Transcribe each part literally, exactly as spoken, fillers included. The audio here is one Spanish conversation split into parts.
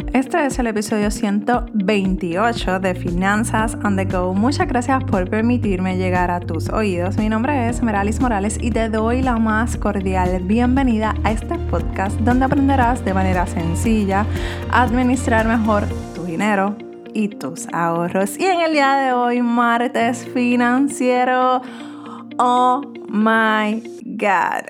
Este es el episodio ciento veintiocho de Finanzas on the Go. Muchas gracias por permitirme llegar a tus oídos. Mi nombre es Meralis Morales y te doy la más cordial bienvenida a este podcast donde aprenderás de manera sencilla a administrar mejor tu dinero y tus ahorros. Y en el día de hoy, martes financiero, oh my God.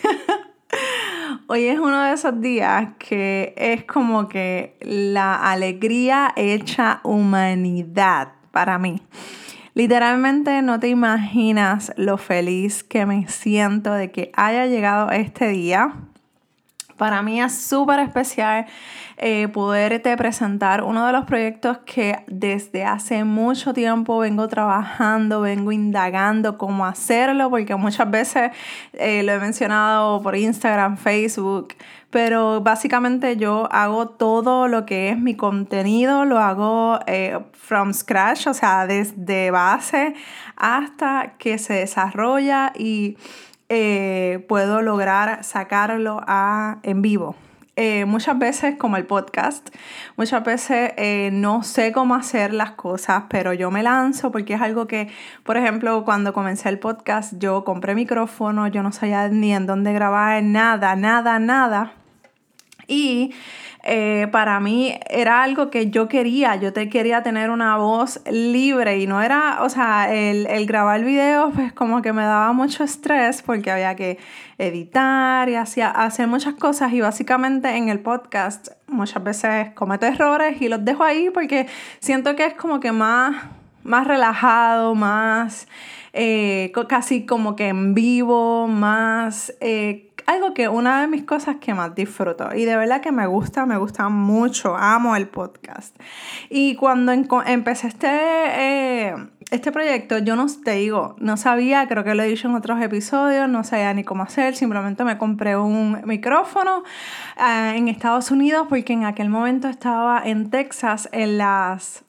Hoy es uno de esos días que es como que la alegría hecha humanidad para mí. Literalmente no te imaginas lo feliz que me siento de que haya llegado este día. Para mí es súper especial eh, poderte presentar uno de los proyectos que desde hace mucho tiempo vengo trabajando, vengo indagando cómo hacerlo, porque muchas veces eh, lo he mencionado por Instagram, Facebook, pero básicamente yo hago todo lo que es mi contenido, lo hago eh, from scratch, o sea, desde base hasta que se desarrolla y Eh, puedo lograr sacarlo a, en vivo. Eh, muchas veces, como el podcast, muchas veces eh, no sé cómo hacer las cosas, pero yo me lanzo porque es algo que, por ejemplo, cuando comencé el podcast, yo compré micrófono, yo no sabía ni en dónde grabar, nada, nada, nada. Y eh, para mí era algo que yo quería, yo te quería tener una voz libre y no era, o sea, el, el grabar videos pues como que me daba mucho estrés porque había que editar y hacía, hacer muchas cosas y básicamente en el podcast muchas veces cometo errores y los dejo ahí porque siento que es como que más, más relajado, más eh, casi como que en vivo, más... Eh, algo que una de mis cosas que más disfruto y de verdad que me gusta, me gusta mucho, amo el podcast. Y cuando en, empecé este, eh, este proyecto, yo no te digo, no sabía, creo que lo he dicho en otros episodios, no sabía ni cómo hacer, simplemente me compré un micrófono eh, en Estados Unidos porque en aquel momento estaba en Texas en las,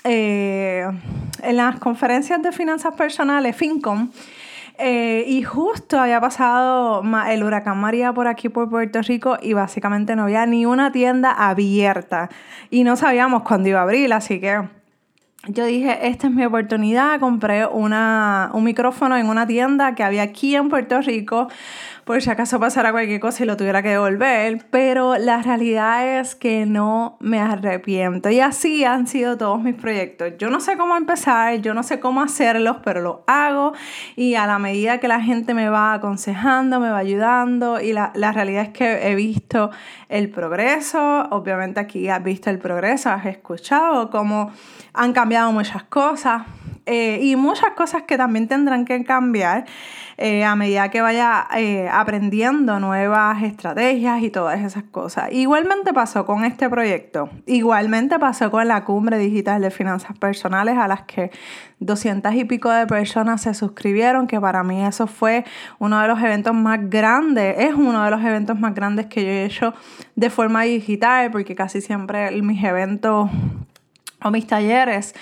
eh, en las conferencias de finanzas personales, FinCom. Eh, y justo había pasado el huracán María por aquí por Puerto Rico y básicamente no había ni una tienda abierta y no sabíamos cuándo iba a abrir, así que yo dije, esta es mi oportunidad. Compré una, un micrófono en una tienda que había aquí en Puerto Rico por si acaso pasara cualquier cosa y lo tuviera que devolver, pero la realidad es que no me arrepiento y así han sido todos mis proyectos. Yo no sé cómo empezar, yo no sé cómo hacerlos, pero lo hago y a la medida que la gente me va aconsejando, me va ayudando y la, la realidad es que he visto el progreso. Obviamente aquí has visto el progreso, has escuchado cómo han cambiado muchas cosas eh, y muchas cosas que también tendrán que cambiar eh, a medida que vaya eh, aprendiendo nuevas estrategias y todas esas cosas. Igualmente pasó con este proyecto, igualmente pasó con la Cumbre Digital de Finanzas Personales a las que doscientas y pico de personas se suscribieron, que para mí eso fue uno de los eventos más grandes, es uno de los eventos más grandes que yo he hecho de forma digital, porque casi siempre mis eventos o mis talleres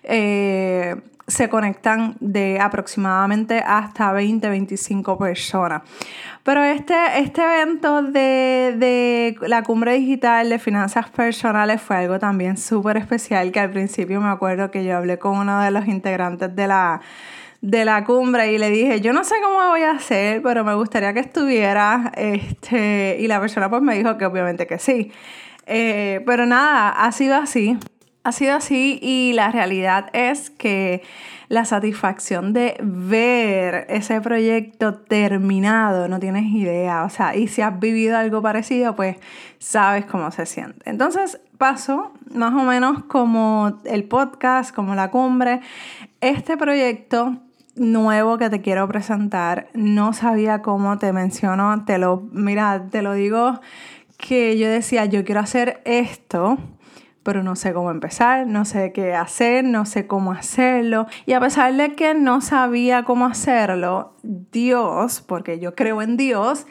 eh, se conectan de aproximadamente hasta veinte, veinticinco personas. Pero este, este evento de, de la Cumbre Digital de Finanzas Personales fue algo también súper especial, que al principio me acuerdo que yo hablé con uno de los integrantes de la, de la cumbre y le dije, yo no sé cómo voy a hacer, pero me gustaría que estuviera. Este, y la persona pues me dijo que obviamente que sí. Eh, pero nada, ha sido así. Ha sido así y la realidad es que la satisfacción de ver ese proyecto terminado, no tienes idea. O sea, y si has vivido algo parecido, pues sabes cómo se siente. Entonces pasó más o menos como el podcast, como la cumbre. Este proyecto nuevo que te quiero presentar, no sabía cómo, te menciono, te lo, mira, te lo digo que yo decía, yo quiero hacer esto, pero no sé cómo empezar, no sé qué hacer, no sé cómo hacerlo. Y a pesar de que no sabía cómo hacerlo, Dios, porque yo creo en Dios,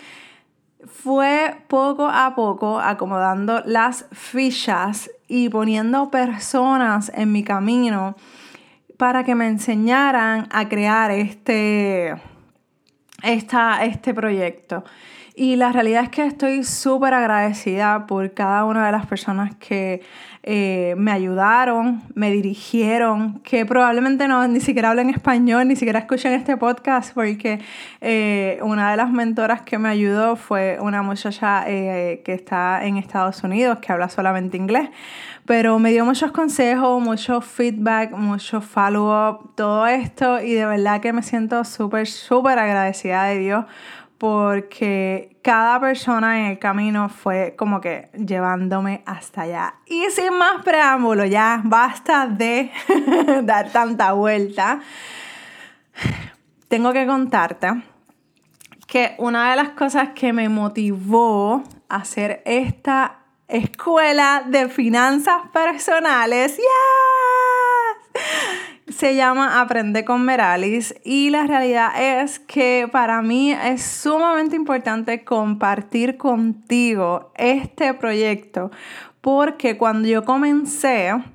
fue poco a poco acomodando las fichas y poniendo personas en mi camino para que me enseñaran a crear este, esta, este proyecto. Y la realidad es que estoy súper agradecida por cada una de las personas que eh, me ayudaron, me dirigieron, que probablemente no ni siquiera hablan español, ni siquiera escuchan este podcast, porque eh, una de las mentoras que me ayudó fue una muchacha eh, que está en Estados Unidos, que habla solamente inglés, pero me dio muchos consejos, mucho feedback, mucho follow-up, todo esto, y de verdad que me siento súper, súper agradecida de Dios, porque cada persona en el camino fue como que llevándome hasta allá. Y sin más preámbulo, ya basta de dar tanta vuelta. Tengo que contarte que una de las cosas que me motivó a hacer esta escuela de finanzas personales, ¡yes!, se llama Aprende con Meralis, y la realidad es que para mí es sumamente importante compartir contigo este proyecto, porque cuando yo comencé a,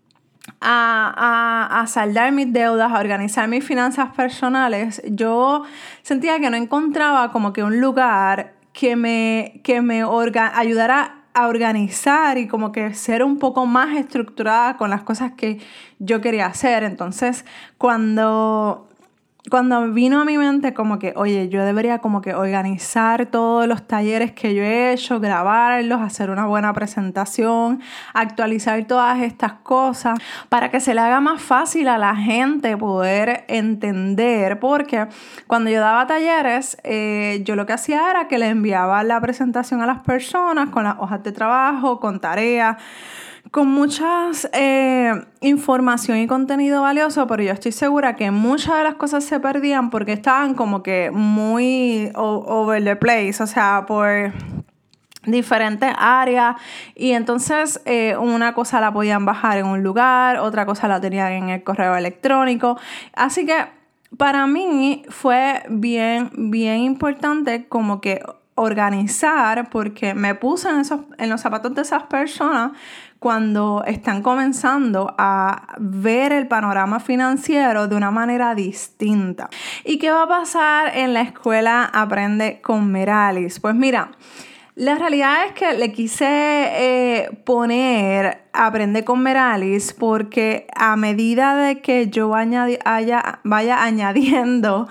a, a saldar mis deudas, a organizar mis finanzas personales, yo sentía que no encontraba como que un lugar que me, que me orga- ayudara a organizar y como que ser un poco más estructurada con las cosas que yo quería hacer. Entonces, cuando, cuando vino a mi mente como que, oye, yo debería como que organizar todos los talleres que yo he hecho, grabarlos, hacer una buena presentación, actualizar todas estas cosas para que se le haga más fácil a la gente poder entender, porque cuando yo daba talleres, eh, yo lo que hacía era que le enviaba la presentación a las personas con las hojas de trabajo, con tareas, con muchas eh, información y contenido valioso, pero yo estoy segura que muchas de las cosas se perdían porque estaban como que muy o- over the place, o sea, por diferentes áreas, y entonces eh, una cosa la podían bajar en un lugar, otra cosa la tenían en el correo electrónico, así que para mí fue bien, bien importante como que organizar, porque me puse en, esos, en los zapatos de esas personas cuando están comenzando a ver el panorama financiero de una manera distinta. ¿Y qué va a pasar en la escuela Aprende con Meralis? Pues mira, la realidad es que le quise eh, poner Aprende con Meralis porque a medida de que yo añadi- haya, vaya añadiendo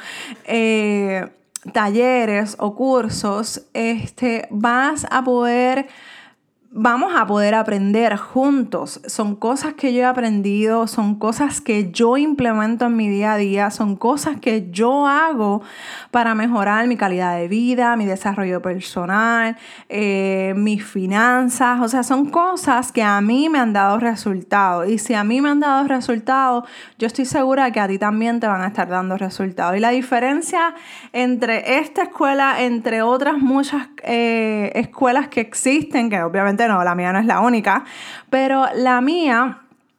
eh, talleres o cursos, este, vas a poder... Vamos a poder aprender juntos. Son cosas que yo he aprendido, son cosas que yo implemento en mi día a día, son cosas que yo hago para mejorar mi calidad de vida, mi desarrollo personal, eh, mis finanzas. O sea, son cosas que a mí me han dado resultados. Y si a mí me han dado resultados, yo estoy segura que a ti también te van a estar dando resultados. Y la diferencia entre esta escuela, entre otras muchas eh, escuelas que existen, que obviamente no, la mía no es la única, pero la mía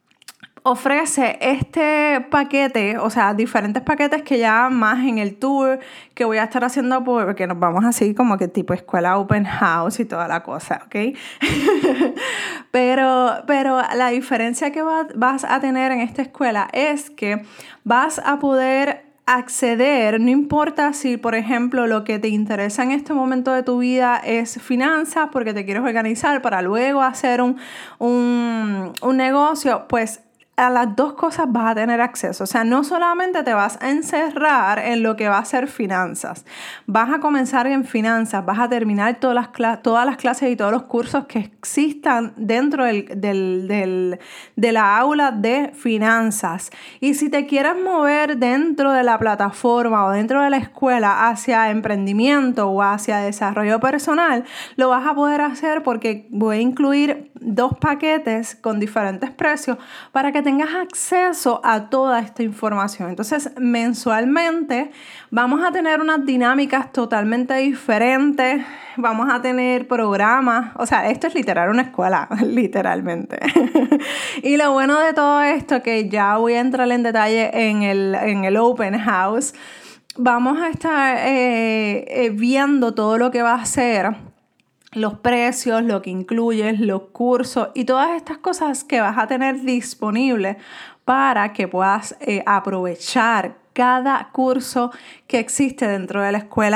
ofrece este paquete, o sea, diferentes paquetes que ya más en el tour que voy a estar haciendo, porque nos vamos así como que tipo escuela open house y toda la cosa, ¿ok? pero, pero la diferencia que va, vas a tener en esta escuela es que vas a poder acceder, no importa si, por ejemplo, lo que te interesa en este momento de tu vida es finanzas, porque te quieres organizar para luego hacer un, un, un negocio, pues a las dos cosas vas a tener acceso. O sea, no solamente te vas a encerrar en lo que va a ser finanzas, vas a comenzar en finanzas, vas a terminar todas las, cl- todas las clases y todos los cursos que existan dentro del, del, del, de la aula de finanzas. Y si te quieres mover dentro de la plataforma o dentro de la escuela hacia emprendimiento o hacia desarrollo personal, lo vas a poder hacer porque voy a incluir dos paquetes con diferentes precios para que tengas acceso a toda esta información. Entonces, mensualmente vamos a tener unas dinámicas totalmente diferentes, vamos a tener programas, o sea, esto es literal una escuela, literalmente. Y lo bueno de todo esto, que ya voy a entrar en detalle en el, en el open house, vamos a estar eh, eh, viendo todo lo que va a ser los precios, lo que incluyes, los cursos y todas estas cosas que vas a tener disponibles para que puedas eh, aprovechar cada curso que existe dentro de la escuela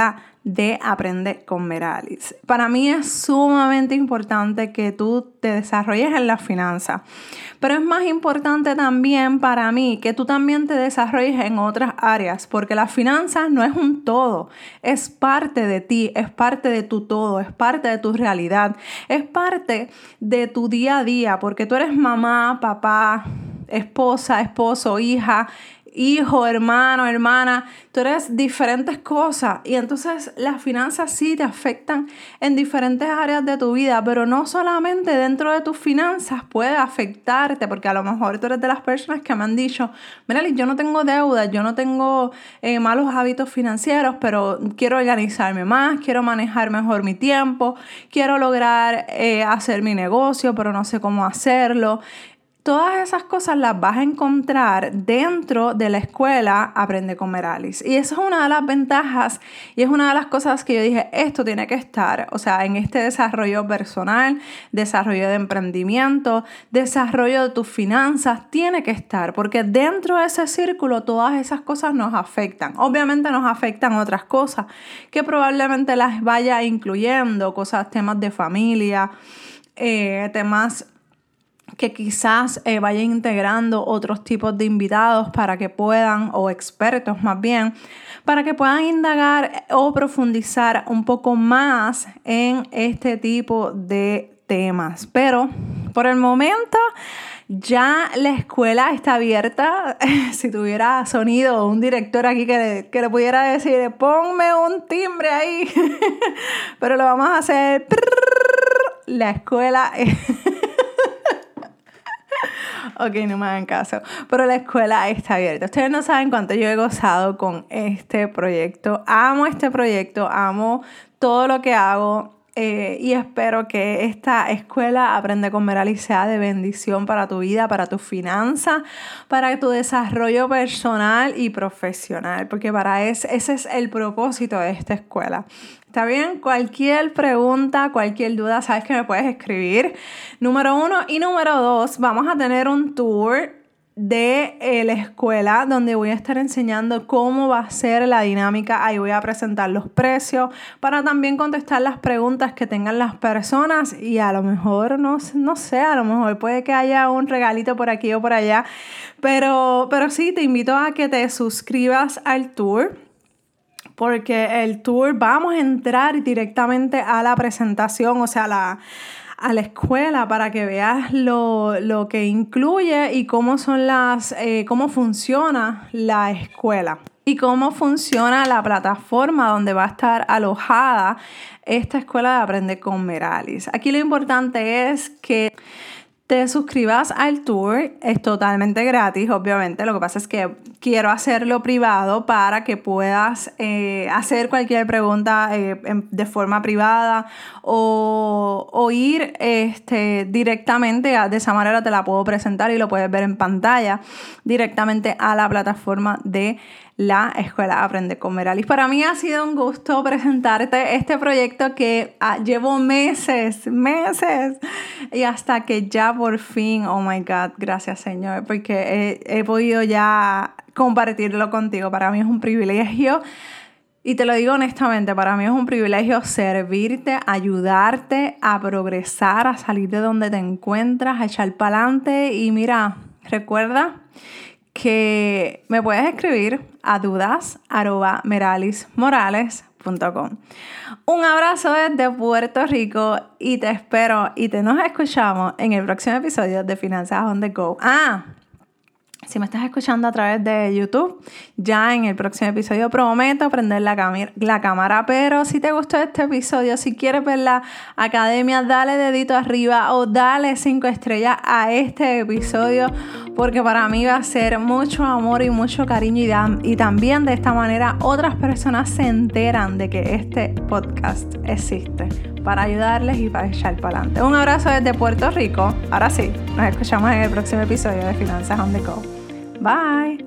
de Aprende con Meralis. Para mí es sumamente importante que tú te desarrolles en la finanza, pero es más importante también para mí que tú también te desarrolles en otras áreas, porque las finanzas no es un todo, es parte de ti, es parte de tu todo, es parte de tu realidad, es parte de tu día a día, porque tú eres mamá, papá, esposa, esposo, hija, hijo, hermano, hermana, tú eres diferentes cosas y entonces las finanzas sí te afectan en diferentes áreas de tu vida, pero no solamente dentro de tus finanzas puede afectarte, porque a lo mejor tú eres de las personas que me han dicho, mira, yo no tengo deudas, yo no tengo eh, malos hábitos financieros, pero quiero organizarme más, quiero manejar mejor mi tiempo, quiero lograr eh, hacer mi negocio, pero no sé cómo hacerlo. Todas esas cosas las vas a encontrar dentro de la escuela Aprende con Meralis. Y eso es una de las ventajas y es una de las cosas que yo dije, esto tiene que estar, o sea, en este desarrollo personal, desarrollo de emprendimiento, desarrollo de tus finanzas, tiene que estar, porque dentro de ese círculo todas esas cosas nos afectan. Obviamente nos afectan otras cosas que probablemente las vaya incluyendo, cosas, temas de familia, eh, temas que quizás eh, vaya integrando otros tipos de invitados para que puedan, o expertos más bien, para que puedan indagar o profundizar un poco más en este tipo de temas. Pero por el momento ya la escuela está abierta. Si tuviera sonido o un director aquí que le, que le pudiera decir, ponme un timbre ahí, pero lo vamos a hacer. La escuela Ok, no me hagan caso, pero la escuela está abierta. Ustedes no saben cuánto yo he gozado con este proyecto. Amo este proyecto, amo todo lo que hago eh, y espero que esta escuela Aprende con Meralis sea de bendición para tu vida, para tus finanzas, para tu desarrollo personal y profesional, porque para ese, ese es el propósito de esta escuela. ¿Está bien? Cualquier pregunta, cualquier duda, sabes que me puedes escribir. Número uno. Y número dos, vamos a tener un tour de eh, la escuela donde voy a estar enseñando cómo va a ser la dinámica. Ahí voy a presentar los precios para también contestar las preguntas que tengan las personas y a lo mejor, no, no sé, a lo mejor puede que haya un regalito por aquí o por allá. Pero, pero sí, te invito a que te suscribas al tour, porque el tour vamos a entrar directamente a la presentación, o sea, la, a la escuela para que veas lo, lo que incluye y cómo son las, eh, cómo funciona la escuela y cómo funciona la plataforma donde va a estar alojada esta escuela de Aprende con Meralis. Aquí lo importante es que te suscribas al tour, es totalmente gratis, obviamente. Lo que pasa es que quiero hacerlo privado para que puedas eh, hacer cualquier pregunta eh, de forma privada o, o ir este, directamente, a, de esa manera te la puedo presentar y lo puedes ver en pantalla directamente a la plataforma de la escuela Aprende con Meralis. Para mí ha sido un gusto presentarte este proyecto que ah, llevo meses, meses, y hasta que ya por fin, oh my God, gracias Señor, porque he, he podido ya compartirlo contigo. Para mí es un privilegio. Y te lo digo honestamente, para mí es un privilegio servirte, ayudarte a progresar, a salir de donde te encuentras, a echar para adelante. Y mira, recuerda que me puedes escribir a dudas arroba meralis morales punto com. Un abrazo desde Puerto Rico y te espero y te nos escuchamos en el próximo episodio de Finanzas on the Go. Ah, si me estás escuchando a través de YouTube, ya en el próximo episodio prometo prender la, cam- la cámara. Pero si te gustó este episodio, si quieres ver la academia, dale dedito arriba o dale cinco estrellas a este episodio, porque para mí va a ser mucho amor y mucho cariño y, da- y también de esta manera otras personas se enteran de que este podcast existe para ayudarles y para echar para adelante. Un abrazo desde Puerto Rico. Ahora sí, nos escuchamos en el próximo episodio de Finanzas on the Go. Bye.